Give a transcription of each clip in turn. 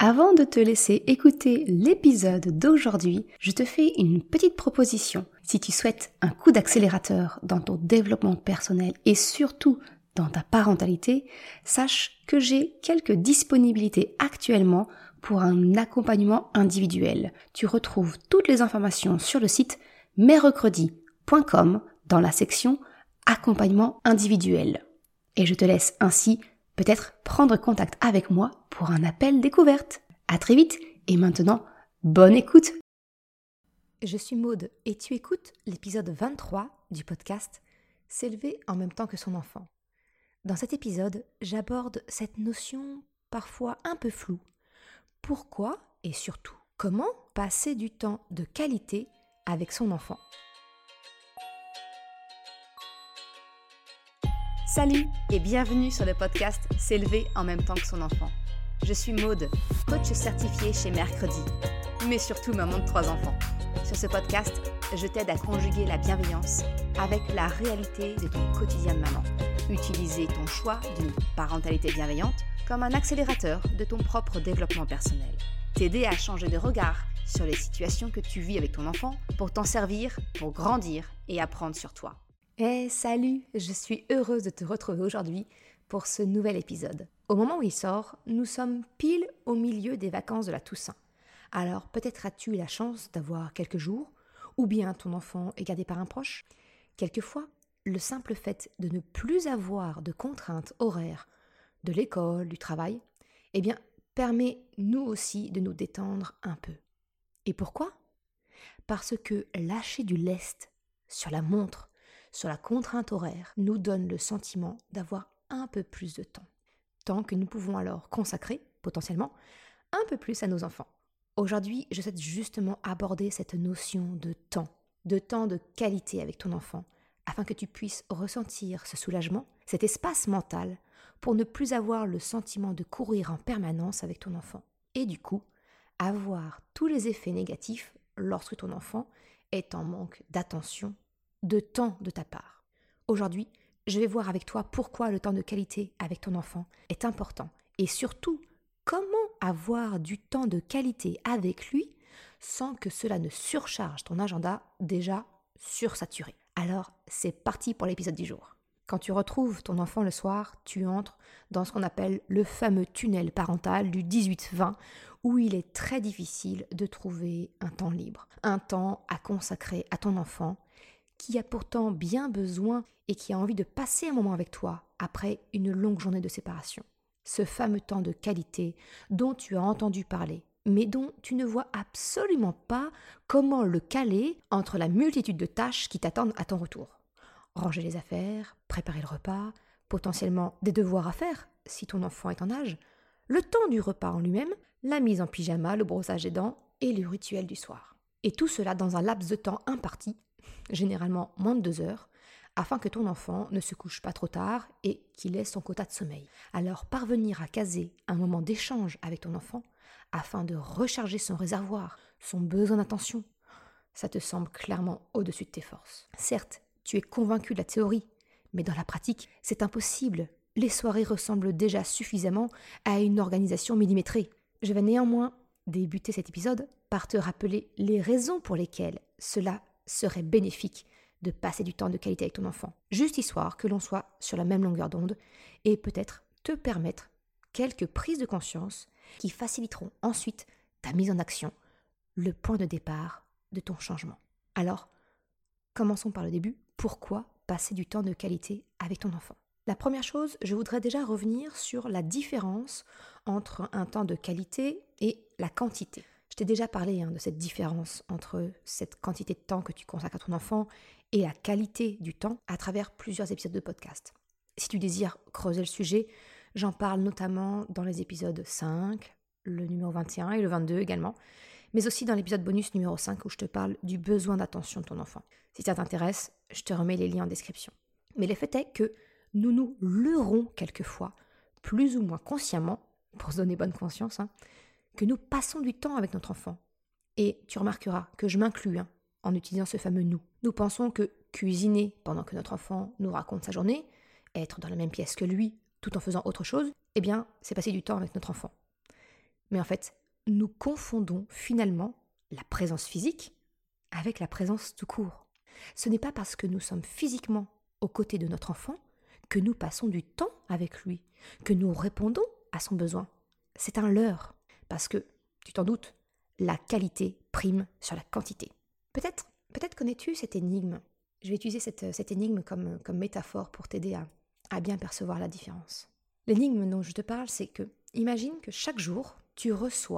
Avant de te laisser écouter l'épisode d'aujourd'hui, je te fais une petite proposition. Si tu souhaites un coup d'accélérateur dans ton développement personnel et surtout dans ta parentalité, sache que j'ai quelques disponibilités actuellement pour un accompagnement individuel. Tu retrouves toutes les informations sur le site merrecredi.com dans la section accompagnement individuel. Et je te laisse ainsi peut-être prendre contact avec moi pour un appel découverte. À très vite et maintenant, bonne écoute. Je suis Maude et tu écoutes l'épisode 23 du podcast S'élever en même temps que son enfant. Dans cet épisode, j'aborde cette notion parfois un peu floue. Pourquoi et surtout comment passer du temps de qualité avec son enfant? Salut et bienvenue sur le podcast S'élever en même temps que son enfant. Je suis Maude, coach certifiée chez Mercredi, mais surtout maman de 3 enfants. Sur ce podcast, je t'aide à conjuguer la bienveillance avec la réalité de ton quotidien de maman. Utiliser ton choix d'une parentalité bienveillante comme un accélérateur de ton propre développement personnel. T'aider à changer de regard sur les situations que tu vis avec ton enfant pour t'en servir, pour grandir et apprendre sur toi. Salut, je suis heureuse de te retrouver aujourd'hui pour ce nouvel épisode. Au moment où il sort, nous sommes pile au milieu des vacances de la Toussaint. Alors peut-être as-tu eu la chance d'avoir quelques jours, ou bien ton enfant est gardé par un proche. Quelquefois, le simple fait de ne plus avoir de contraintes horaires de l'école, du travail, permet nous aussi de nous détendre un peu. Et pourquoi ? Parce que lâcher du lest sur la montre, sur la contrainte horaire, nous donne le sentiment d'avoir un peu plus de temps. Temps que nous pouvons alors consacrer, potentiellement, un peu plus à nos enfants. Aujourd'hui, je souhaite justement aborder cette notion de temps de qualité avec ton enfant, afin que tu puisses ressentir ce soulagement, cet espace mental, pour ne plus avoir le sentiment de courir en permanence avec ton enfant. Et du coup, avoir tous les effets négatifs lorsque ton enfant est en manque d'attention, de temps de ta part. Aujourd'hui, je vais voir avec toi pourquoi le temps de qualité avec ton enfant est important et surtout, comment avoir du temps de qualité avec lui sans que cela ne surcharge ton agenda déjà sursaturé. Alors, c'est parti pour l'épisode du jour. Quand tu retrouves ton enfant le soir, tu entres dans ce qu'on appelle le fameux tunnel parental du 18-20 où il est très difficile de trouver un temps libre, un temps à consacrer à ton enfant qui a pourtant bien besoin et qui a envie de passer un moment avec toi après une longue journée de séparation. Ce fameux temps de qualité dont tu as entendu parler, mais dont tu ne vois absolument pas comment le caler entre la multitude de tâches qui t'attendent à ton retour. Ranger les affaires, préparer le repas, potentiellement des devoirs à faire si ton enfant est en âge, le temps du repas en lui-même, la mise en pyjama, le brossage des dents et le rituel du soir. Et tout cela dans un laps de temps imparti, généralement moins de 2 heures, afin que ton enfant ne se couche pas trop tard et qu'il ait son quota de sommeil. Alors parvenir à caser un moment d'échange avec ton enfant afin de recharger son réservoir, son besoin d'attention, ça te semble clairement au-dessus de tes forces. Certes, tu es convaincu de la théorie, mais dans la pratique, c'est impossible. Les soirées ressemblent déjà suffisamment à une organisation millimétrée. Je vais néanmoins débuter cet épisode par te rappeler les raisons pour lesquelles cela serait bénéfique de passer du temps de qualité avec ton enfant, juste histoire que l'on soit sur la même longueur d'onde et peut-être te permettre quelques prises de conscience qui faciliteront ensuite ta mise en action, le point de départ de ton changement. Alors, commençons par le début. Pourquoi passer du temps de qualité avec ton enfant ? La première chose, je voudrais déjà revenir sur la différence entre un temps de qualité et la quantité. Je t'ai déjà parlé de cette différence entre cette quantité de temps que tu consacres à ton enfant et la qualité du temps à travers plusieurs épisodes de podcast. Si tu désires creuser le sujet, j'en parle notamment dans les épisodes 5, le numéro 21 et le 22 également, mais aussi dans l'épisode bonus numéro 5 où je te parle du besoin d'attention de ton enfant. Si ça t'intéresse, je te remets les liens en description. Mais le fait est que nous nous leurrons quelquefois, plus ou moins consciemment, pour se donner bonne conscience, que nous passons du temps avec notre enfant. Et tu remarqueras que je m'inclus en utilisant ce fameux « nous ». Nous pensons que cuisiner pendant que notre enfant nous raconte sa journée, être dans la même pièce que lui tout en faisant autre chose, c'est passer du temps avec notre enfant. Mais en fait, nous confondons finalement la présence physique avec la présence tout court. Ce n'est pas parce que nous sommes physiquement aux côtés de notre enfant que nous passons du temps avec lui, que nous répondons à son besoin. C'est un leurre, parce que, tu t'en doutes, la qualité prime sur la quantité. Peut-être connais-tu cette énigme. Je vais utiliser cette énigme comme métaphore pour t'aider à bien percevoir la différence. L'énigme dont je te parle, c'est que, imagine que chaque jour, tu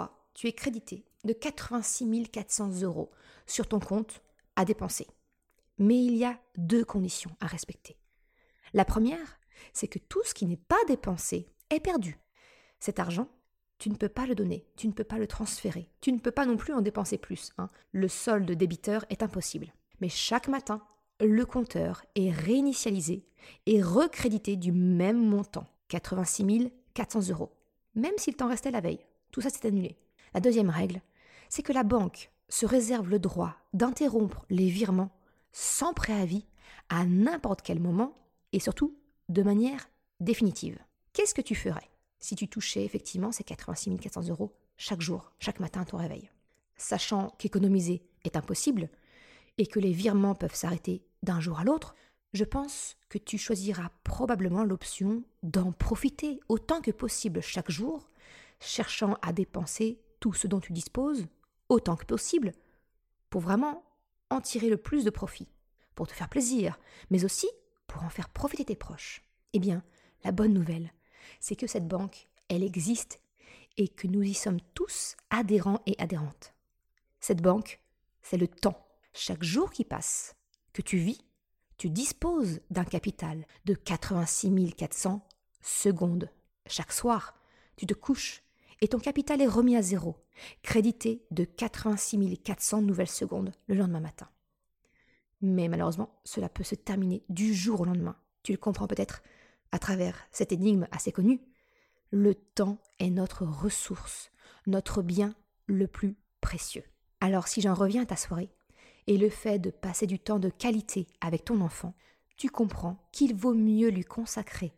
es crédité de 86 400 € sur ton compte à dépenser. Mais il y a 2 conditions à respecter. La première, c'est que tout ce qui n'est pas dépensé est perdu. Cet argent, tu ne peux pas le donner, tu ne peux pas le transférer, tu ne peux pas non plus en dépenser plus. Le solde débiteur est impossible. Mais chaque matin, le compteur est réinitialisé et recrédité du même montant, 86 400 €, même s'il t'en restait la veille. Tout ça, c'est annulé. La deuxième règle, c'est que la banque se réserve le droit d'interrompre les virements sans préavis à n'importe quel moment et surtout de manière définitive. Qu'est-ce que tu ferais si tu touchais effectivement ces 86 400 € chaque jour, chaque matin à ton réveil? Sachant qu'économiser est impossible et que les virements peuvent s'arrêter d'un jour à l'autre, je pense que tu choisiras probablement l'option d'en profiter autant que possible chaque jour, cherchant à dépenser tout ce dont tu disposes autant que possible pour vraiment en tirer le plus de profit, pour te faire plaisir, mais aussi pour en faire profiter tes proches. Eh bien, la bonne nouvelle, c'est que cette banque, elle existe et que nous y sommes tous adhérents et adhérentes. Cette banque, c'est le temps. Chaque jour qui passe, que tu vis, tu disposes d'un capital de 86 400 secondes. Chaque soir, tu te couches et ton capital est remis à zéro, crédité de 86 400 nouvelles secondes le lendemain matin. Mais malheureusement, cela peut se terminer du jour au lendemain. Tu le comprends peut-être à travers cette énigme assez connue. Le temps est notre ressource, notre bien le plus précieux. Alors si j'en reviens à ta soirée, et le fait de passer du temps de qualité avec ton enfant, tu comprends qu'il vaut mieux lui consacrer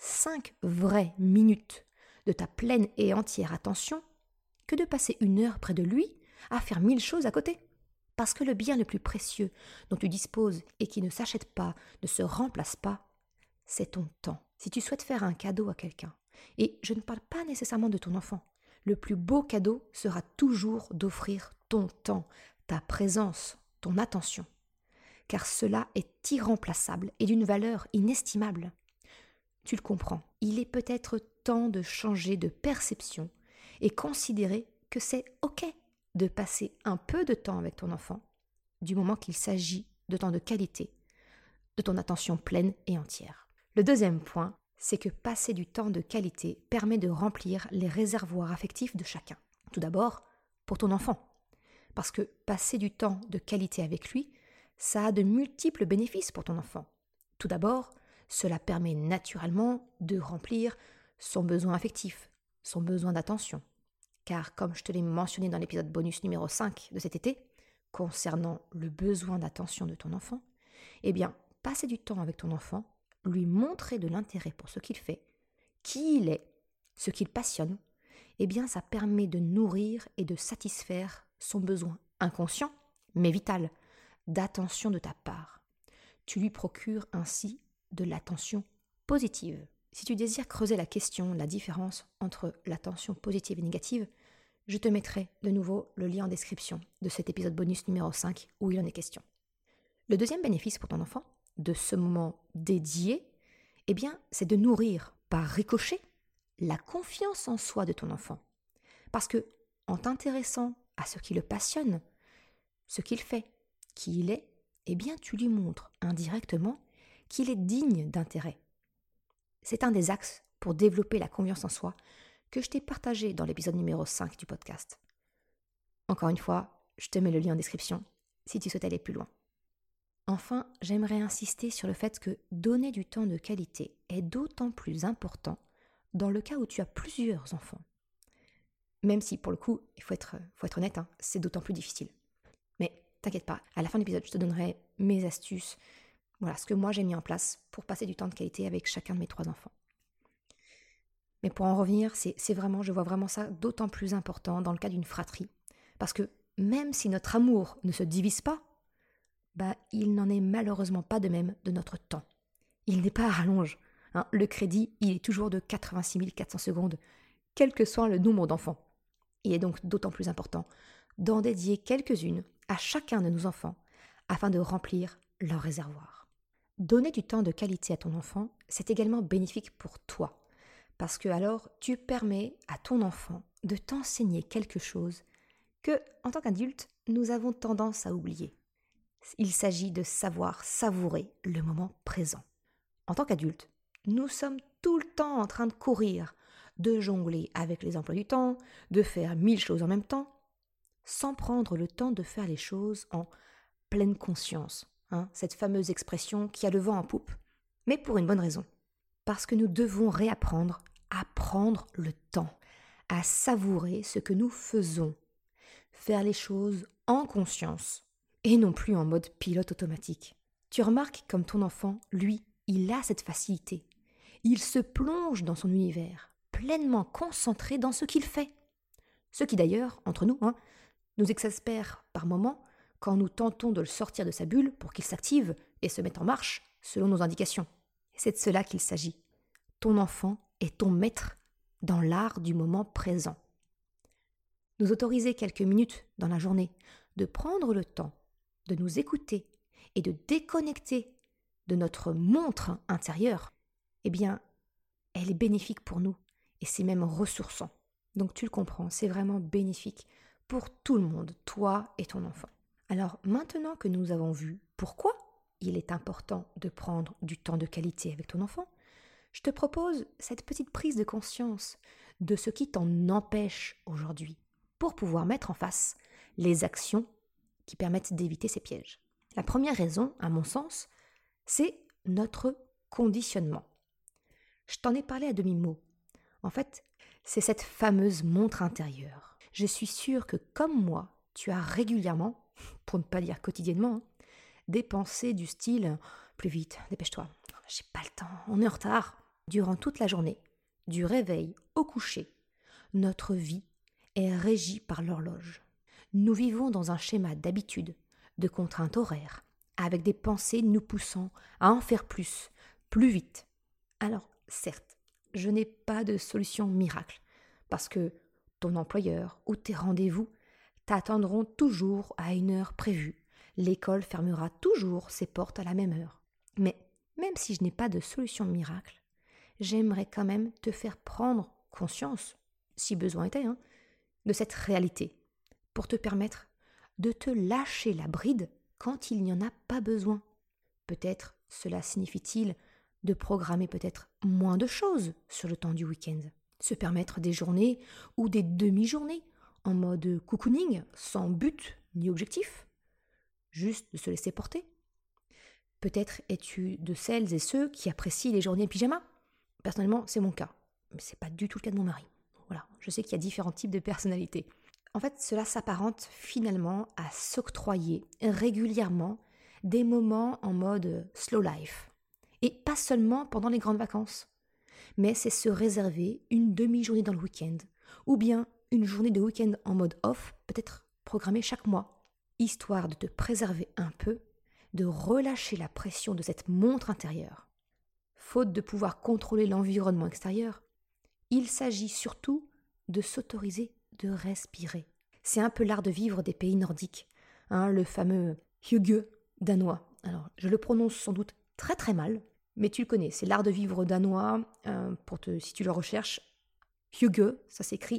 5 vraies minutes de ta pleine et entière attention que de passer 1 heure près de lui à faire 1000 choses à côté. Parce que le bien le plus précieux dont tu disposes et qui ne s'achète pas, ne se remplace pas, c'est ton temps. Si tu souhaites faire un cadeau à quelqu'un, et je ne parle pas nécessairement de ton enfant, le plus beau cadeau sera toujours d'offrir ton temps, ta présence, ton attention, car cela est irremplaçable et d'une valeur inestimable. Tu le comprends, il est peut-être temps de changer de perception et considérer que c'est OK de passer un peu de temps avec ton enfant, du moment qu'il s'agit de temps de qualité, de ton attention pleine et entière. Le deuxième point, c'est que passer du temps de qualité permet de remplir les réservoirs affectifs de chacun. Tout d'abord, pour ton enfant. Parce que passer du temps de qualité avec lui, ça a de multiples bénéfices pour ton enfant. Tout d'abord, cela permet naturellement de remplir son besoin affectif, son besoin d'attention. Car comme je te l'ai mentionné dans l'épisode bonus numéro 5 de cet été, concernant le besoin d'attention de ton enfant, eh bien, passer du temps avec ton enfant, lui montrer de l'intérêt pour ce qu'il fait, qui il est, ce qu'il passionne, eh bien, ça permet de nourrir et de satisfaire son besoin inconscient, mais vital, d'attention de ta part. Tu lui procures ainsi de l'attention positive. Si tu désires creuser la question, la différence entre l'attention positive et négative, je te mettrai de nouveau le lien en description de cet épisode bonus numéro 5 où il en est question. Le deuxième bénéfice pour ton enfant de ce moment dédié, eh bien, c'est de nourrir par ricochet la confiance en soi de ton enfant. Parce que, en t'intéressant à ce qui le passionne, ce qu'il fait, qui il est, eh bien, tu lui montres indirectement qu'il est digne d'intérêt. C'est un des axes pour développer la confiance en soi que je t'ai partagé dans l'épisode numéro 5 du podcast. Encore une fois, je te mets le lien en description si tu souhaites aller plus loin. Enfin, j'aimerais insister sur le fait que donner du temps de qualité est d'autant plus important dans le cas où tu as plusieurs enfants. Même si, pour le coup, il faut être honnête, c'est d'autant plus difficile. Mais t'inquiète pas, à la fin de l'épisode, je te donnerai mes astuces, voilà ce que moi j'ai mis en place pour passer du temps de qualité avec chacun de mes 3 enfants. Mais pour en revenir, je vois vraiment ça d'autant plus important dans le cas d'une fratrie. Parce que même si notre amour ne se divise pas, il n'en est malheureusement pas de même de notre temps. Il n'est pas à rallonge. Le crédit, il est toujours de 86 400 secondes, quel que soit le nombre d'enfants. Il est donc d'autant plus important d'en dédier quelques-unes à chacun de nos enfants afin de remplir leur réservoir. Donner du temps de qualité à ton enfant, c'est également bénéfique pour toi. Parce que alors, tu permets à ton enfant de t'enseigner quelque chose que, en tant qu'adulte, nous avons tendance à oublier. Il s'agit de savoir savourer le moment présent. En tant qu'adulte, nous sommes tout le temps en train de courir, de jongler avec les emplois du temps, de faire 1000 choses en même temps, sans prendre le temps de faire les choses en pleine conscience. Cette fameuse expression qui a le vent en poupe. Mais pour une bonne raison. Parce que nous devons réapprendre à prendre le temps, à savourer ce que nous faisons, faire les choses en conscience et non plus en mode pilote automatique. Tu remarques comme ton enfant, lui, il a cette facilité. Il se plonge dans son univers, pleinement concentré dans ce qu'il fait. Ce qui d'ailleurs, entre nous, nous exaspère par moments quand nous tentons de le sortir de sa bulle pour qu'il s'active et se mette en marche selon nos indications. C'est de cela qu'il s'agit. Ton enfant est ton maître dans l'art du moment présent. Nous autoriser quelques minutes dans la journée de prendre le temps de nous écouter et de déconnecter de notre montre intérieure, elle est bénéfique pour nous et c'est même ressourçant. Donc tu le comprends, c'est vraiment bénéfique pour tout le monde, toi et ton enfant. Alors maintenant que nous avons vu pourquoi il est important de prendre du temps de qualité avec ton enfant, je te propose cette petite prise de conscience de ce qui t'en empêche aujourd'hui pour pouvoir mettre en face les actions qui permettent d'éviter ces pièges. La première raison, à mon sens, c'est notre conditionnement. Je t'en ai parlé à demi-mot. En fait, c'est cette fameuse montre intérieure. Je suis sûre que, comme moi, tu as régulièrement, pour ne pas dire quotidiennement, des pensées du style « plus vite, dépêche-toi, j'ai pas le temps, on est en retard ». Durant toute la journée, du réveil au coucher, notre vie est régie par l'horloge. Nous vivons dans un schéma d'habitude, de contraintes horaires, avec des pensées nous poussant à en faire plus, plus vite. Alors, certes, je n'ai pas de solution miracle, parce que ton employeur ou tes rendez-vous t'attendront toujours à une heure prévue. L'école fermera toujours ses portes à la même heure. Mais même si je n'ai pas de solution miracle, j'aimerais quand même te faire prendre conscience, si besoin était, de cette réalité, pour te permettre de te lâcher la bride quand il n'y en a pas besoin. Peut-être cela signifie-t-il de programmer peut-être moins de choses sur le temps du week-end, se permettre des journées ou des demi-journées en mode cocooning, sans but ni objectif, juste de se laisser porter. Peut-être es-tu de celles et ceux qui apprécient les journées pyjama. Personnellement, c'est mon cas, mais c'est pas du tout le cas de mon mari. Voilà, je sais qu'il y a différents types de personnalités. En fait, cela s'apparente finalement à s'octroyer régulièrement des moments en mode slow life. Et pas seulement pendant les grandes vacances, mais c'est se réserver une demi-journée dans le week-end, ou bien une journée de week-end en mode off, peut-être programmée chaque mois, histoire de te préserver un peu, de relâcher la pression de cette montre intérieure. Faute de pouvoir contrôler l'environnement extérieur, il s'agit surtout de s'autoriser de respirer. C'est un peu l'art de vivre des pays nordiques, le fameux hygge danois. Alors, je le prononce sans doute très très mal, mais tu le connais, c'est l'art de vivre danois, si tu le recherches, hygge, ça s'écrit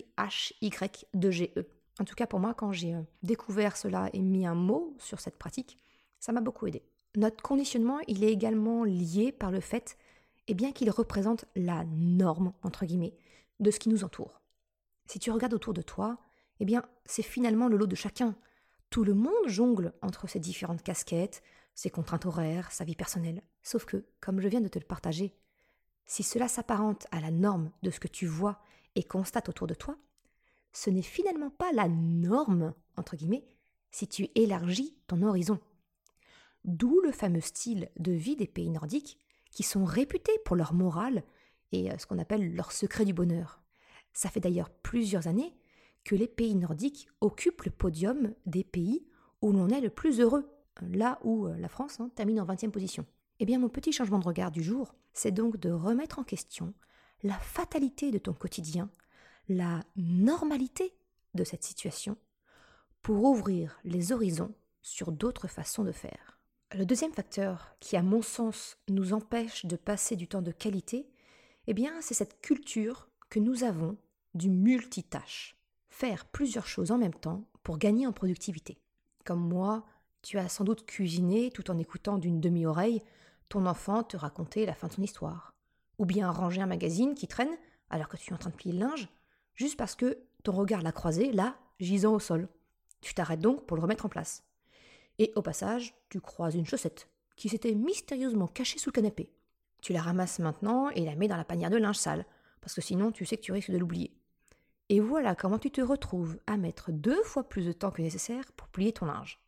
H-Y-2-G-E. En tout cas pour moi, quand j'ai découvert cela et mis un mot sur cette pratique, ça m'a beaucoup aidé. Notre conditionnement, il est également lié par le fait qu'il représente la norme, entre guillemets, de ce qui nous entoure. Si tu regardes autour de toi, c'est finalement le lot de chacun. Tout le monde jongle entre ses différentes casquettes, ses contraintes horaires, sa vie personnelle. Sauf que, comme je viens de te le partager, si cela s'apparente à la norme de ce que tu vois et constates autour de toi, ce n'est finalement pas la norme, entre guillemets, si tu élargis ton horizon. D'où le fameux style de vie des pays nordiques qui sont réputés pour leur morale et ce qu'on appelle leur secret du bonheur. Ça fait d'ailleurs plusieurs années que les pays nordiques occupent le podium des pays où l'on est le plus heureux, là où la France termine en 20e position. Eh bien, mon petit changement de regard du jour, c'est donc de remettre en question la fatalité de ton quotidien, la normalité de cette situation, pour ouvrir les horizons sur d'autres façons de faire. Le deuxième facteur qui, à mon sens, nous empêche de passer du temps de qualité, eh bien, c'est cette culture que nous avons du multitâche. Faire plusieurs choses en même temps pour gagner en productivité. Comme moi, tu as sans doute cuisiné tout en écoutant d'une demi-oreille ton enfant te raconter la fin de son histoire. Ou bien ranger un magazine qui traîne alors que tu es en train de plier le linge, juste parce que ton regard l'a croisé, là, gisant au sol. Tu t'arrêtes donc pour le remettre en place. Et au passage, tu croises une chaussette qui s'était mystérieusement cachée sous le canapé. Tu la ramasses maintenant et la mets dans la panière de linge sale, parce que sinon tu sais que tu risques de l'oublier. Et voilà comment tu te retrouves à mettre 2 fois plus de temps que nécessaire pour plier ton linge.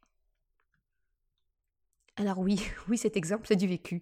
Alors oui, cet exemple, c'est du vécu.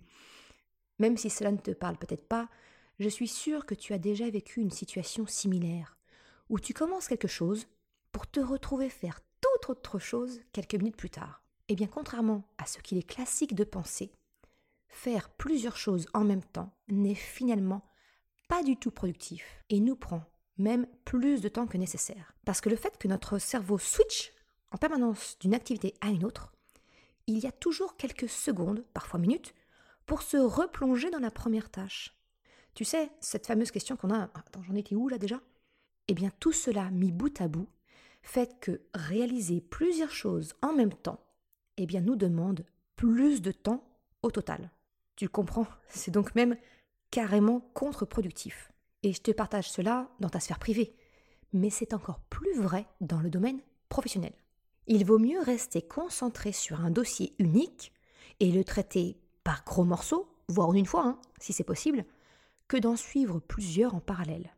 Même si cela ne te parle peut-être pas, je suis sûre que tu as déjà vécu une situation similaire, où tu commences quelque chose pour te retrouver faire toute autre chose quelques minutes plus tard. Eh bien, contrairement à ce qu'il est classique de penser, faire plusieurs choses en même temps n'est finalement pas du tout productif et nous prend même plus de temps que nécessaire. Parce que le fait que notre cerveau switch en permanence d'une activité à une autre, il y a toujours quelques secondes, parfois minutes, pour se replonger dans la première tâche. Tu sais, cette fameuse question qu'on a, attends, j'en étais où là déjà ? Eh bien, tout cela mis bout à bout, fait que réaliser plusieurs choses en même temps, eh bien, nous demande plus de temps au total. Tu le comprends, c'est donc même carrément contre-productif. Et je te partage cela dans ta sphère privée, mais c'est encore plus vrai dans le domaine professionnel. Il vaut mieux rester concentré sur un dossier unique et le traiter par gros morceaux, voire une fois, si c'est possible, que d'en suivre plusieurs en parallèle.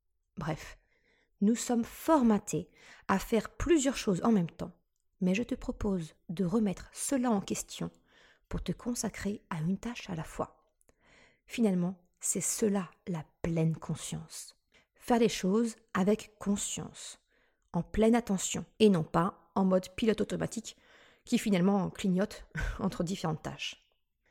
Bref, nous sommes formatés à faire plusieurs choses en même temps, mais je te propose de remettre cela en question pour te consacrer à une tâche à la fois. Finalement, c'est cela la pleine conscience. Faire les choses avec conscience, en pleine attention, et non pas en mode pilote automatique qui finalement clignote entre différentes tâches.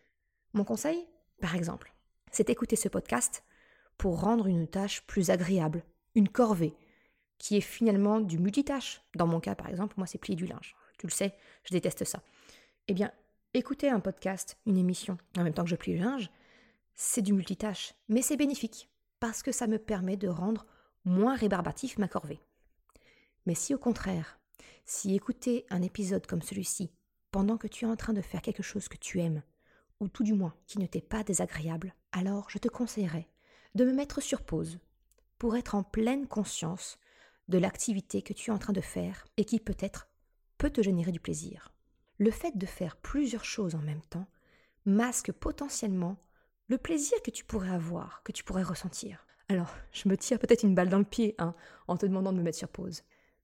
Mon conseil, par exemple, c'est d'écouter ce podcast pour rendre une tâche plus agréable, une corvée, qui est finalement du multitâche. Dans mon cas, par exemple, moi c'est plier du linge. Tu le sais, je déteste ça. Eh bien, écouter un podcast, une émission, en même temps que je plie le linge, c'est du multitâche, mais c'est bénéfique, parce que ça me permet de rendre moins rébarbatif ma corvée. Mais si au contraire, si écouter un épisode comme celui-ci, pendant que tu es en train de faire quelque chose que tu aimes, ou tout du moins qui ne t'est pas désagréable, alors je te conseillerais de me mettre sur pause, pour être en pleine conscience de l'activité que tu es en train de faire et qui peut-être peut te générer du plaisir. Le fait de faire plusieurs choses en même temps masque potentiellement le plaisir que tu pourrais avoir, que tu pourrais ressentir. Alors, je me tire peut-être une balle dans le pied en te demandant de me mettre sur pause.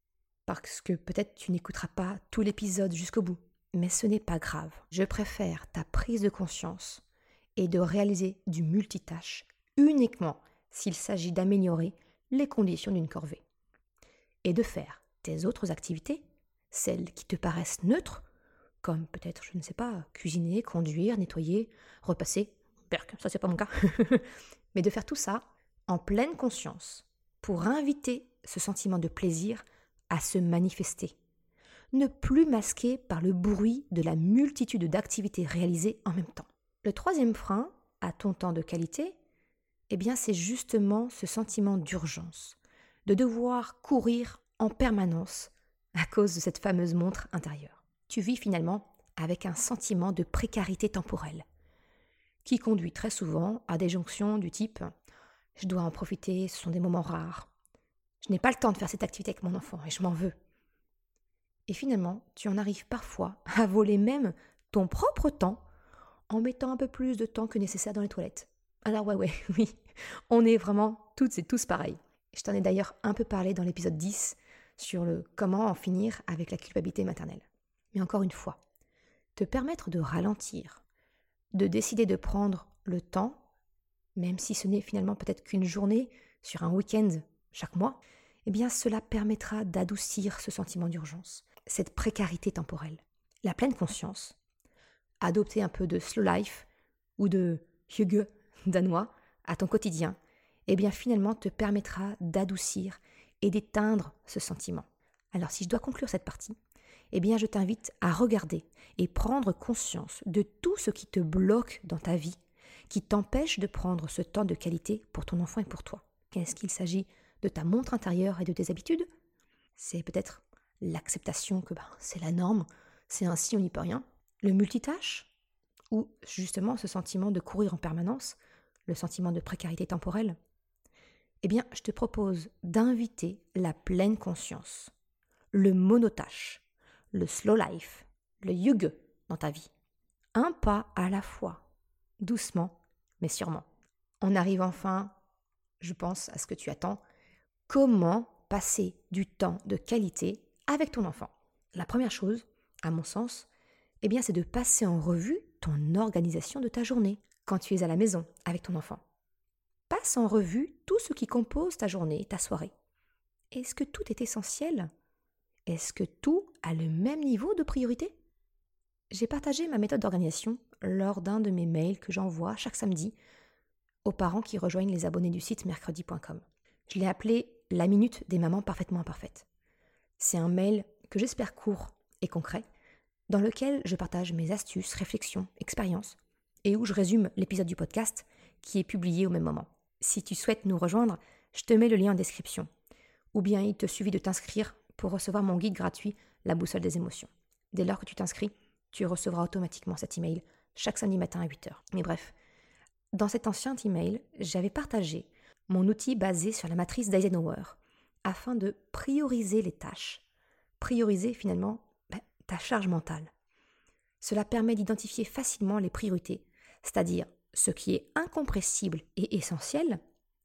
Parce que peut-être tu n'écouteras pas tout l'épisode jusqu'au bout. Mais ce n'est pas grave. Je préfère ta prise de conscience et de réaliser du multitâche uniquement s'il s'agit d'améliorer les conditions d'une corvée. Et de faire tes autres activités, celles qui te paraissent neutres, comme peut-être, je ne sais pas, cuisiner, conduire, nettoyer, repasser, ça c'est pas mon cas, mais de faire tout ça en pleine conscience pour inviter ce sentiment de plaisir à se manifester. Ne plus masqué par le bruit de la multitude d'activités réalisées en même temps. Le troisième frein à ton temps de qualité, eh bien c'est justement ce sentiment d'urgence, de devoir courir en permanence à cause de cette fameuse montre intérieure. Tu vis finalement avec un sentiment de précarité temporelle, qui conduit très souvent à des jonctions du type « je dois en profiter, ce sont des moments rares, je n'ai pas le temps de faire cette activité avec mon enfant et je m'en veux ». Et finalement, tu en arrives parfois à voler même ton propre temps en mettant un peu plus de temps que nécessaire dans les toilettes. Alors oui, on est vraiment toutes et tous pareils. Je t'en ai d'ailleurs un peu parlé dans l'épisode 10 sur le comment en finir avec la culpabilité maternelle. Mais encore une fois, te permettre de ralentir, de décider de prendre le temps même si ce n'est finalement peut-être qu'une journée sur un week-end chaque mois, eh bien cela permettra d'adoucir ce sentiment d'urgence, cette précarité temporelle. La pleine conscience, adopter un peu de slow life ou de hygge danois à ton quotidien, eh bien finalement te permettra d'adoucir et d'éteindre ce sentiment. Alors si je dois conclure cette partie, eh bien je t'invite à regarder et prendre conscience de tout ce qui te bloque dans ta vie, qui t'empêche de prendre ce temps de qualité pour ton enfant et pour toi. Est-ce qu'il s'agit de ta montre intérieure et de tes habitudes? C'est peut-être l'acceptation que c'est la norme, c'est ainsi, on n'y peut rien. Le multitâche? Ou justement ce sentiment de courir en permanence, le sentiment de précarité temporelle? Eh bien, je te propose d'inviter la pleine conscience, le monotâche, le slow life, le hygge dans ta vie. Un pas à la fois, doucement, mais sûrement. On arrive enfin, je pense, à ce que tu attends. Comment passer du temps de qualité avec ton enfant? La première chose, à mon sens, eh bien, c'est de passer en revue ton organisation de ta journée quand tu es à la maison avec ton enfant. Passe en revue tout ce qui compose ta journée, ta soirée. Est-ce que tout est essentiel? Est-ce que tout a le même niveau de priorité? J'ai partagé ma méthode d'organisation lors d'un de mes mails que j'envoie chaque samedi aux parents qui rejoignent les abonnés du site mercredi.com. Je l'ai appelé « La minute des mamans parfaitement imparfaites ». C'est un mail que j'espère court et concret, dans lequel je partage mes astuces, réflexions, expériences, et où je résume l'épisode du podcast qui est publié au même moment. Si tu souhaites nous rejoindre, je te mets le lien en description. Ou bien il te suffit de t'inscrire pour recevoir mon guide gratuit « La boussole des émotions ». Dès lors que tu t'inscris, tu recevras automatiquement cet email chaque samedi matin à 8h. Mais bref, dans cet ancien email, j'avais partagé mon outil basé sur la matrice d'Eisenhower afin de prioriser les tâches, prioriser finalement ta charge mentale. Cela permet d'identifier facilement les priorités, c'est-à-dire ce qui est incompressible et essentiel,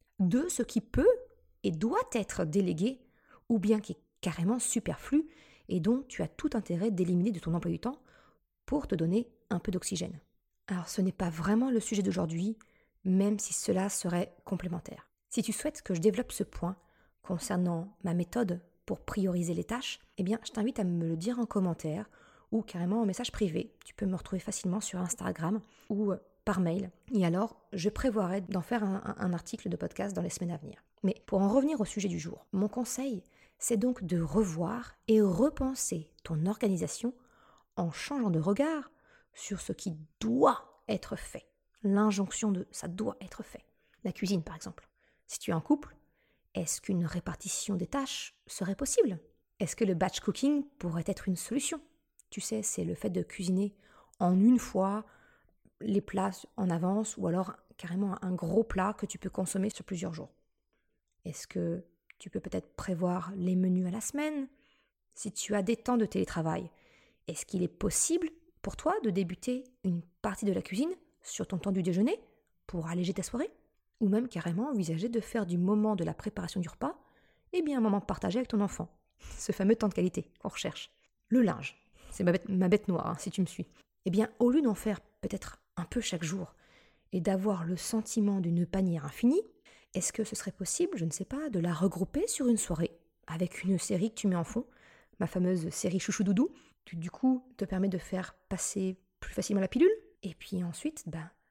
de ce qui peut et doit être délégué, ou bien qui est carrément superflu et dont tu as tout intérêt d'éliminer de ton emploi du temps pour te donner un peu d'oxygène. Alors ce n'est pas vraiment le sujet d'aujourd'hui, même si cela serait complémentaire. Si tu souhaites que je développe ce point concernant ma méthode pour prioriser les tâches, eh bien je t'invite à me le dire en commentaire ou carrément en message privé. Tu peux me retrouver facilement sur Instagram ou par mail. Et alors, je prévoirai d'en faire un article de podcast dans les semaines à venir. Mais pour en revenir au sujet du jour, mon conseil, c'est donc de revoir et repenser ton organisation en changeant de regard sur ce qui doit être fait. L'injonction de « ça doit être fait ». La cuisine, par exemple. Si tu es en couple, est-ce qu'une répartition des tâches serait possible? Est-ce que le batch cooking pourrait être une solution? Tu sais, c'est le fait de cuisiner en une fois les plats en avance ou alors carrément un gros plat que tu peux consommer sur plusieurs jours. Est-ce que tu peux peut-être prévoir les menus à la semaine? Si tu as des temps de télétravail, est-ce qu'il est possible pour toi de débuter une partie de la cuisine sur ton temps du déjeuner pour alléger ta soirée? Ou même carrément envisager de faire du moment de la préparation du repas un moment partagé avec ton enfant. Ce fameux temps de qualité qu'on recherche. Le linge, c'est ma bête noire, si tu me suis. Au lieu d'en faire peut-être un peu chaque jour et d'avoir le sentiment d'une panière infinie, est-ce que ce serait possible, je ne sais pas, de la regrouper sur une soirée avec une série que tu mets en fond, ma fameuse série Chouchou Doudou, qui du coup te permet de faire passer plus facilement la pilule. Et puis ensuite,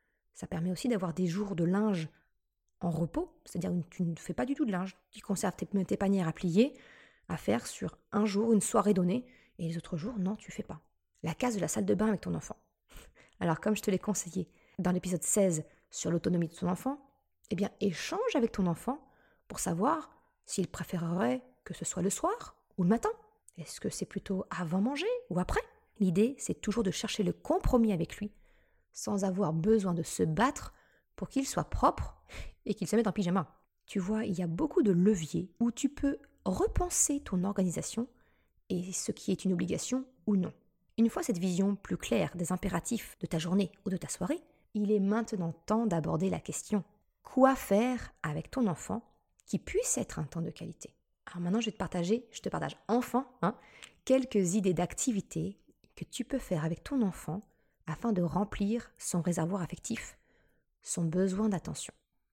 ça permet aussi d'avoir des jours de linge en repos, c'est-à-dire où tu ne fais pas du tout de linge. Tu conserves tes panières à plier, à faire sur un jour, une soirée donnée, et les autres jours, non, tu fais pas. La case de la salle de bain avec ton enfant. Alors comme je te l'ai conseillé dans l'épisode 16 sur l'autonomie de ton enfant, échange avec ton enfant pour savoir s'il préférerait que ce soit le soir ou le matin. Est-ce que c'est plutôt avant manger ou après? L'idée, c'est toujours de chercher le compromis avec lui, sans avoir besoin de se battre pour qu'il soit propre et qu'il se mette en pyjama. Tu vois, il y a beaucoup de leviers où tu peux repenser ton organisation et ce qui est une obligation ou non. Une fois cette vision plus claire des impératifs de ta journée ou de ta soirée, il est maintenant temps d'aborder la question « Quoi faire avec ton enfant qui puisse être un temps de qualité ?» Alors maintenant, je te partage enfin quelques idées d'activités que tu peux faire avec ton enfant afin de remplir son réservoir affectif, son besoin d'attention.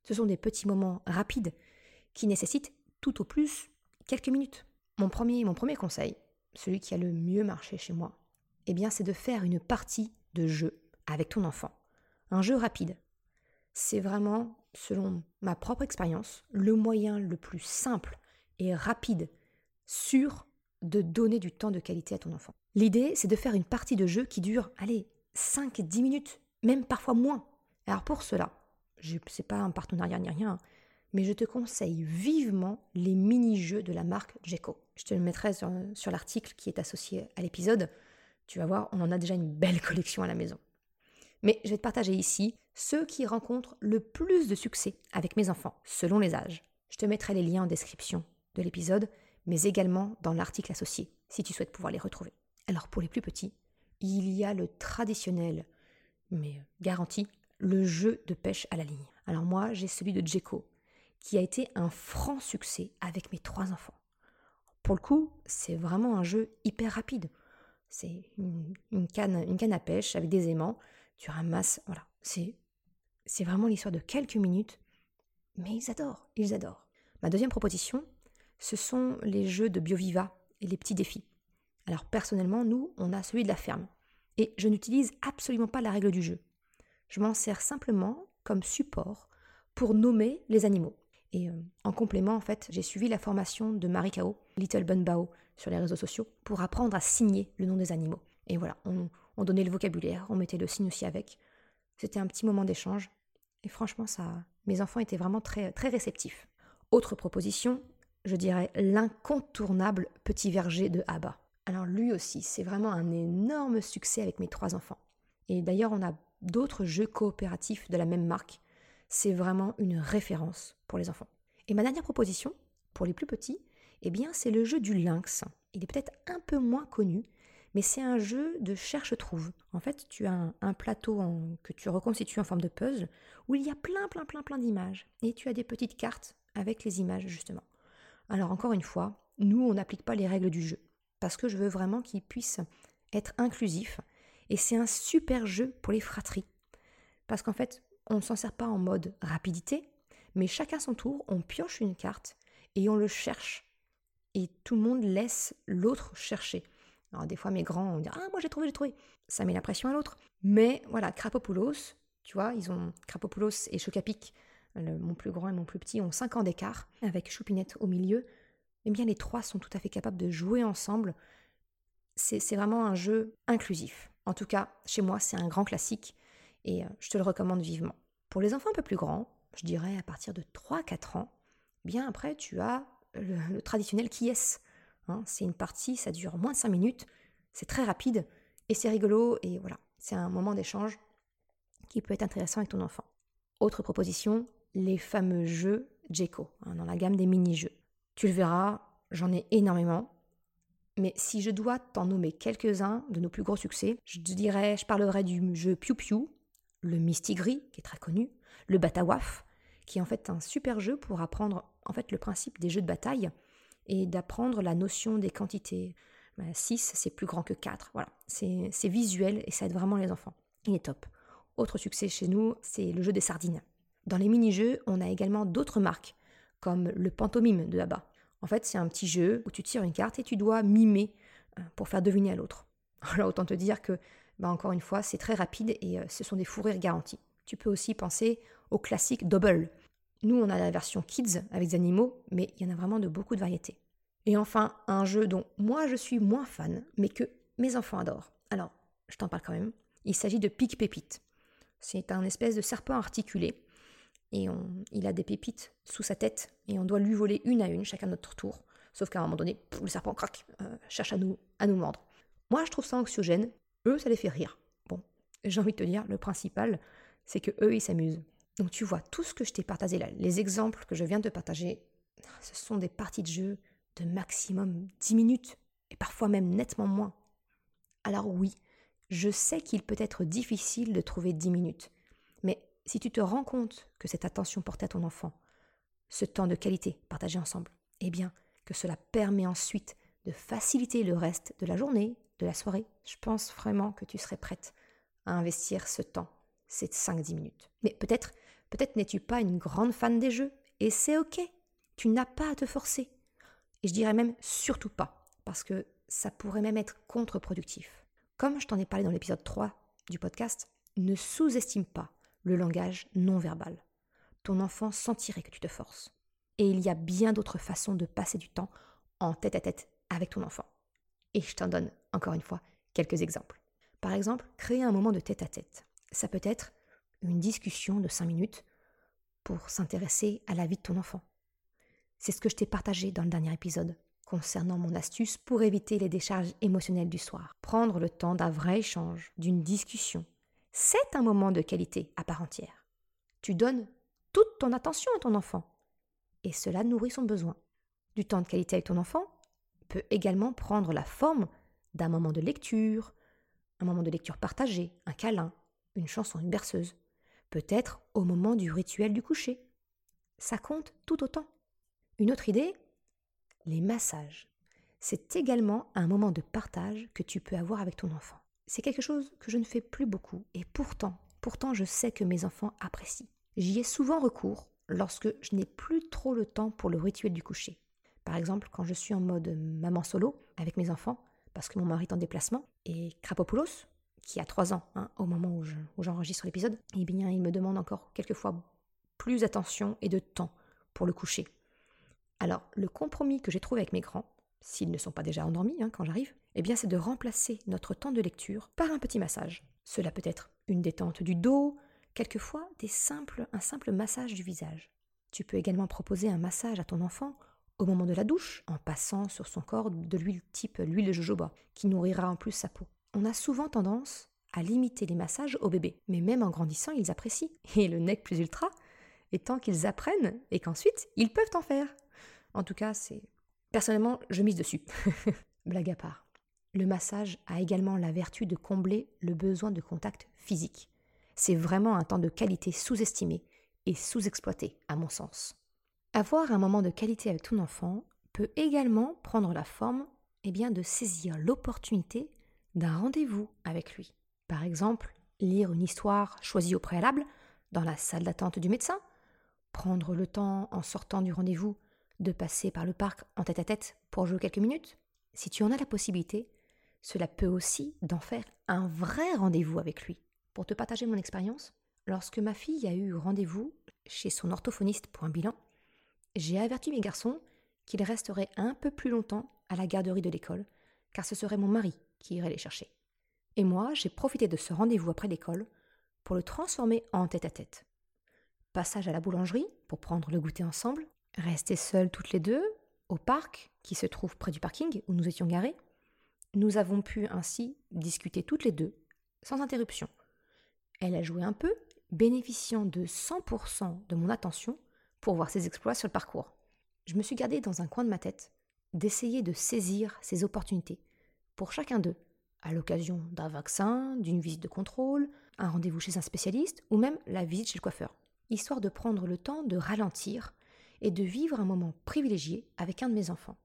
Ce sont des petits moments rapides qui nécessitent tout au plus quelques minutes. Mon premier conseil, celui qui a le mieux marché chez moi, c'est de faire une partie de jeu avec ton enfant. Un jeu rapide. C'est vraiment, selon ma propre expérience, le moyen le plus simple et rapide, sûr, de donner du temps de qualité à ton enfant. L'idée, c'est de faire une partie de jeu qui dure, 5-10 minutes, même parfois moins. Alors pour cela, c'est pas un partenariat ni rien, mais je te conseille vivement les mini-jeux de la marque Djeko. Je te le mettrai sur l'article qui est associé à l'épisode. Tu vas voir, on en a déjà une belle collection à la maison. Mais je vais te partager ici ceux qui rencontrent le plus de succès avec mes enfants, selon les âges. Je te mettrai les liens en description de l'épisode, mais également dans l'article associé, si tu souhaites pouvoir les retrouver. Alors pour les plus petits, il y a le traditionnel, mais garanti, le jeu de pêche à la ligne. Alors moi, j'ai celui de Djeko, qui a été un franc succès avec mes 3 enfants. Pour le coup, c'est vraiment un jeu hyper rapide. C'est une canne à pêche avec des aimants, tu ramasses, voilà. C'est vraiment l'histoire de quelques minutes, mais ils adorent. Ma deuxième proposition, ce sont les jeux de BioViva et les petits défis. Alors personnellement, nous, on a celui de la ferme. Et je n'utilise absolument pas la règle du jeu. Je m'en sers simplement comme support pour nommer les animaux. Et en complément, en fait, j'ai suivi la formation de Marie Kao, Little Bun Bao, sur les réseaux sociaux, pour apprendre à signer le nom des animaux. Et voilà, on donnait le vocabulaire, on mettait le signe aussi avec. C'était un petit moment d'échange. Et franchement, mes enfants étaient vraiment très, très réceptifs. Autre proposition, je dirais l'incontournable petit verger de Abba. Alors lui aussi, c'est vraiment un énorme succès avec mes 3 enfants. Et d'ailleurs, on a d'autres jeux coopératifs de la même marque. C'est vraiment une référence pour les enfants. Et ma dernière proposition, pour les plus petits, c'est le jeu du lynx. Il est peut-être un peu moins connu, mais c'est un jeu de cherche-trouve. En fait, tu as un plateau que tu reconstitues en forme de puzzle, où il y a plein d'images. Et tu as des petites cartes avec les images, justement. Alors encore une fois, nous, on n'applique pas les règles du jeu, parce que je veux vraiment qu'il puisse être inclusif. Et c'est un super jeu pour les fratries. Parce qu'en fait, on ne s'en sert pas en mode rapidité, mais chacun son tour, on pioche une carte et on le cherche. Et tout le monde laisse l'autre chercher. Alors des fois, mes grands, on dit « Ah, moi j'ai trouvé !» Ça met la pression à l'autre. Mais voilà, Krapopoulos, tu vois, Krapopoulos et Chocapic, mon plus grand et mon plus petit, ont 5 ans d'écart, avec Choupinette au milieu. Les 3 sont tout à fait capables de jouer ensemble. C'est vraiment un jeu inclusif. En tout cas, chez moi, c'est un grand classique et je te le recommande vivement. Pour les enfants un peu plus grands, je dirais à partir de 3-4 ans, après, tu as le traditionnel qui est. C'est une partie, ça dure moins de 5 minutes, c'est très rapide et c'est rigolo et voilà, c'est un moment d'échange qui peut être intéressant avec ton enfant. Autre proposition, les fameux jeux Djeko, dans la gamme des mini-jeux. Tu le verras, j'en ai énormément. Mais si je dois t'en nommer quelques-uns de nos plus gros succès, je parlerai du jeu Piu Piu, le Mistigri, qui est très connu, le Batawaf, qui est en fait un super jeu pour apprendre en fait le principe des jeux de bataille et d'apprendre la notion des quantités. 6, c'est plus grand que 4. Voilà, c'est visuel et ça aide vraiment les enfants. Il est top. Autre succès chez nous, c'est le jeu des sardines. Dans les mini-jeux, on a également d'autres marques, comme le Pantomime de Abba. En fait, c'est un petit jeu où tu tires une carte et tu dois mimer pour faire deviner à l'autre. Alors autant te dire que, encore une fois, c'est très rapide et ce sont des fous rires garantis. Tu peux aussi penser au classique Double. Nous, on a la version Kids avec des animaux, mais il y en a vraiment de beaucoup de variétés. Et enfin, un jeu dont moi je suis moins fan, mais que mes enfants adorent. Alors, je t'en parle quand même. Il s'agit de Pique Pépite. C'est un espèce de serpent articulé. Et il a des pépites sous sa tête et on doit lui voler une à une, chacun notre tour. Sauf qu'à un moment donné, le serpent craque, cherche à nous mordre. Moi, je trouve ça anxiogène. Eux, ça les fait rire. Bon, j'ai envie de te dire, le principal, c'est que eux, ils s'amusent. Donc tu vois, tout ce que je t'ai partagé là, les exemples que je viens de te partager, ce sont des parties de jeu de maximum 10 minutes et parfois même nettement moins. Alors oui, je sais qu'il peut être difficile de trouver 10 minutes, mais si tu te rends compte que cette attention portée à ton enfant, ce temps de qualité partagé ensemble, que cela permet ensuite de faciliter le reste de la journée, de la soirée, je pense vraiment que tu serais prête à investir ce temps, ces 5-10 minutes. Mais peut-être Peut-être n'es-tu pas une grande fan des jeux, et c'est ok. Tu n'as pas à te forcer. Et je dirais même surtout pas, parce que ça pourrait même être contre-productif. Comme je t'en ai parlé dans l'épisode 3 du podcast, ne sous-estime pas le langage non verbal. Ton enfant sentirait que tu te forces. Et il y a bien d'autres façons de passer du temps en tête-à-tête avec ton enfant. Et je t'en donne, encore une fois, quelques exemples. Par exemple, créer un moment de tête-à-tête. Ça peut être une discussion de 5 minutes pour s'intéresser à la vie de ton enfant. C'est ce que je t'ai partagé dans le dernier épisode concernant mon astuce pour éviter les décharges émotionnelles du soir. Prendre le temps d'un vrai échange, d'une discussion, c'est un moment de qualité à part entière. Tu donnes toute ton attention à ton enfant et cela nourrit son besoin. Du temps de qualité avec ton enfant peut également prendre la forme d'un moment de lecture, un moment de lecture partagé, un câlin, une chanson, une berceuse. Peut-être au moment du rituel du coucher. Ça compte tout autant. Une autre idée, les massages. C'est également un moment de partage que tu peux avoir avec ton enfant. C'est quelque chose que je ne fais plus beaucoup et pourtant je sais que mes enfants apprécient. J'y ai souvent recours lorsque je n'ai plus trop le temps pour le rituel du coucher. Par exemple, quand je suis en mode maman solo avec mes enfants, parce que mon mari est en déplacement, et Krapopoulos, qui a 3 ans au moment où j'enregistre l'épisode, eh bien, il me demande encore quelquefois plus d'attention et de temps pour le coucher. Alors, le compromis que j'ai trouvé avec mes grands, s'ils ne sont pas déjà endormis quand j'arrive, eh bien, c'est de remplacer notre temps de lecture par un petit massage. Cela peut être une détente du dos, quelquefois un simple massage du visage. Tu peux également proposer un massage à ton enfant au moment de la douche, en passant sur son corps de l'huile type l'huile de jojoba, qui nourrira en plus sa peau. On a souvent tendance à limiter les massages aux bébés, mais même en grandissant, ils apprécient. Et le nec plus ultra étant qu'ils apprennent et qu'ensuite, ils peuvent en faire. En tout cas, personnellement, je mise dessus. Blague à part. Le massage a également la vertu de combler le besoin de contact physique. C'est vraiment un temps de qualité sous-estimé et sous-exploité, à mon sens. Avoir un moment de qualité avec ton enfant peut également prendre la forme de saisir l'opportunité d'un rendez-vous avec lui. Par exemple, lire une histoire choisie au préalable dans la salle d'attente du médecin, prendre le temps en sortant du rendez-vous de passer par le parc en tête-à-tête pour jouer quelques minutes. Si tu en as la possibilité, cela peut aussi d'en faire un vrai rendez-vous avec lui. Pour te partager mon expérience, lorsque ma fille a eu rendez-vous chez son orthophoniste pour un bilan, j'ai averti mes garçons qu'ils resteraient un peu plus longtemps à la garderie de l'école, car ce serait mon mari qui irait les chercher. Et moi, j'ai profité de ce rendez-vous après l'école pour le transformer en tête-à-tête. Passage à la boulangerie pour prendre le goûter ensemble, rester seuls toutes les deux au parc qui se trouve près du parking où nous étions garés. Nous avons pu ainsi discuter toutes les deux, sans interruption. Elle a joué un peu, bénéficiant de 100% de mon attention pour voir ses exploits sur le parcours. Je me suis gardée dans un coin de ma tête d'essayer de saisir ces opportunités pour chacun d'eux, à l'occasion d'un vaccin, d'une visite de contrôle, un rendez-vous chez un spécialiste ou même la visite chez le coiffeur, histoire de prendre le temps de ralentir et de vivre un moment privilégié avec un de mes enfants.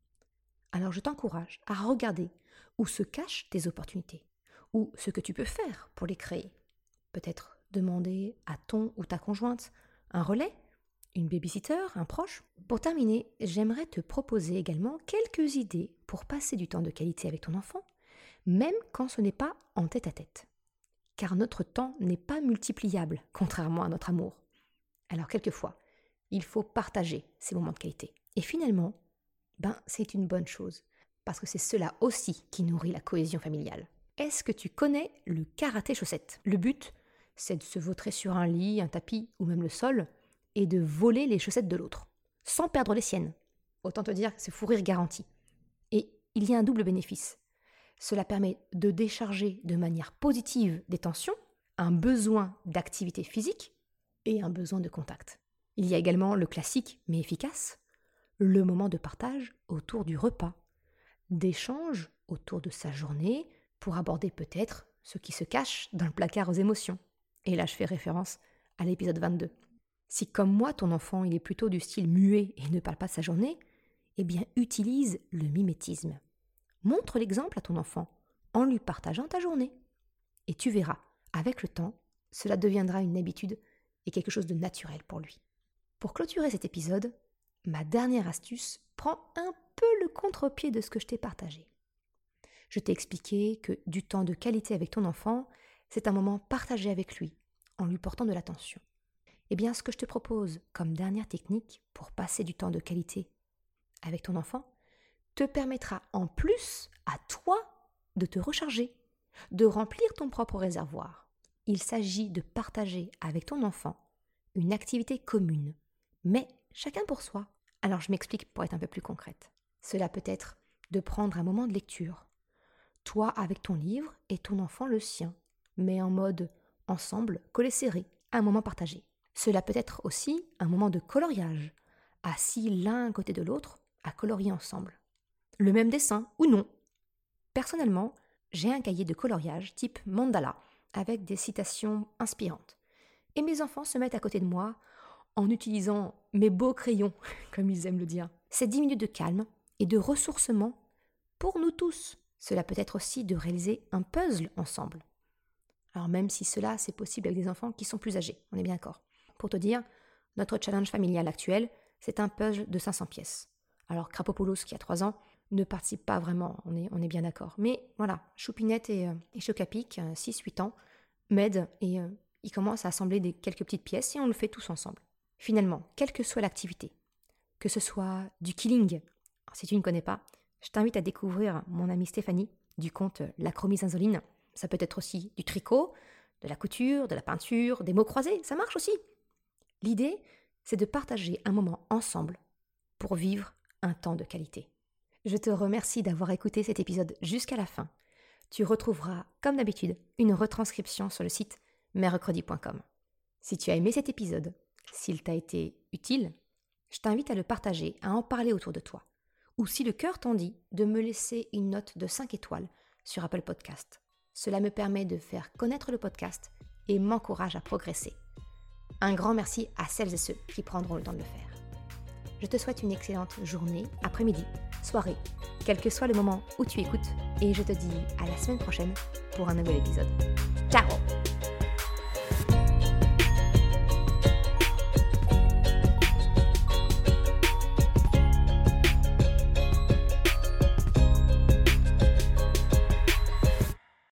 Alors je t'encourage à regarder où se cachent tes opportunités, ou ce que tu peux faire pour les créer. Peut-être demander à ton ou ta conjointe un relais, une babysitter, un proche. Pour terminer, j'aimerais te proposer également quelques idées pour passer du temps de qualité avec ton enfant, même quand ce n'est pas en tête-à-tête. Car notre temps n'est pas multipliable, contrairement à notre amour. Alors quelquefois, il faut partager ces moments de qualité. Et finalement, c'est une bonne chose, parce que c'est cela aussi qui nourrit la cohésion familiale. Est-ce que tu connais le karaté chaussette ? Le but, c'est de se vautrer sur un lit, un tapis ou même le sol et de voler les chaussettes de l'autre, sans perdre les siennes. Autant te dire que c'est fou rire garanti. Et il y a un double bénéfice. Cela permet de décharger de manière positive des tensions, un besoin d'activité physique et un besoin de contact. Il y a également le classique mais efficace, le moment de partage autour du repas, d'échange autour de sa journée pour aborder peut-être ce qui se cache dans le placard aux émotions. Et là je fais référence à l'épisode 22. Si comme moi ton enfant il est plutôt du style muet et ne parle pas de sa journée, eh bien utilise le mimétisme. Montre l'exemple à ton enfant en lui partageant ta journée. Et tu verras, avec le temps, cela deviendra une habitude et quelque chose de naturel pour lui. Pour clôturer cet épisode, ma dernière astuce prend un peu le contre-pied de ce que je t'ai partagé. Je t'ai expliqué que du temps de qualité avec ton enfant, c'est un moment partagé avec lui, en lui portant de l'attention. Eh bien, ce que je te propose comme dernière technique pour passer du temps de qualité avec ton enfant te permettra en plus à toi de te recharger, de remplir ton propre réservoir. Il s'agit de partager avec ton enfant une activité commune, mais chacun pour soi. Alors je m'explique pour être un peu plus concrète. Cela peut être de prendre un moment de lecture, toi avec ton livre et ton enfant le sien, mais en mode ensemble, collés serrés, un moment partagé. Cela peut être aussi un moment de coloriage, assis l'un à côté de l'autre, à colorier ensemble. Le même dessin ou non. Personnellement, j'ai un cahier de coloriage type mandala avec des citations inspirantes. Et mes enfants se mettent à côté de moi en utilisant mes beaux crayons, comme ils aiment le dire. C'est 10 minutes de calme et de ressourcement pour nous tous. Cela peut être aussi de réaliser un puzzle ensemble. Alors même si cela, c'est possible avec des enfants qui sont plus âgés, on est bien d'accord. Pour te dire, notre challenge familial actuel, c'est un puzzle de 500 pièces. Alors Krapopoulos, qui a 3 ans, ne participe pas vraiment, on est bien d'accord. Mais voilà, Choupinette et Chocapic, 6-8 ans, m'aident et ils commencent à assembler quelques petites pièces et on le fait tous ensemble. Finalement, quelle que soit l'activité, que ce soit du killing, si tu ne connais pas, je t'invite à découvrir mon amie Stéphanie du compte La Chromise Insoline. Ça peut être aussi du tricot, de la couture, de la peinture, des mots croisés, ça marche aussi. L'idée, c'est de partager un moment ensemble pour vivre un temps de qualité. Je te remercie d'avoir écouté cet épisode jusqu'à la fin. Tu retrouveras, comme d'habitude, une retranscription sur le site mercredi.com. Si tu as aimé cet épisode, s'il t'a été utile, je t'invite à le partager, à en parler autour de toi. Ou si le cœur t'en dit, de me laisser une note de 5 étoiles sur Apple Podcast. Cela me permet de faire connaître le podcast et m'encourage à progresser. Un grand merci à celles et ceux qui prendront le temps de le faire. Je te souhaite une excellente journée, après-midi, soirée, quel que soit le moment où tu écoutes, et je te dis à la semaine prochaine pour un nouvel épisode. Ciao!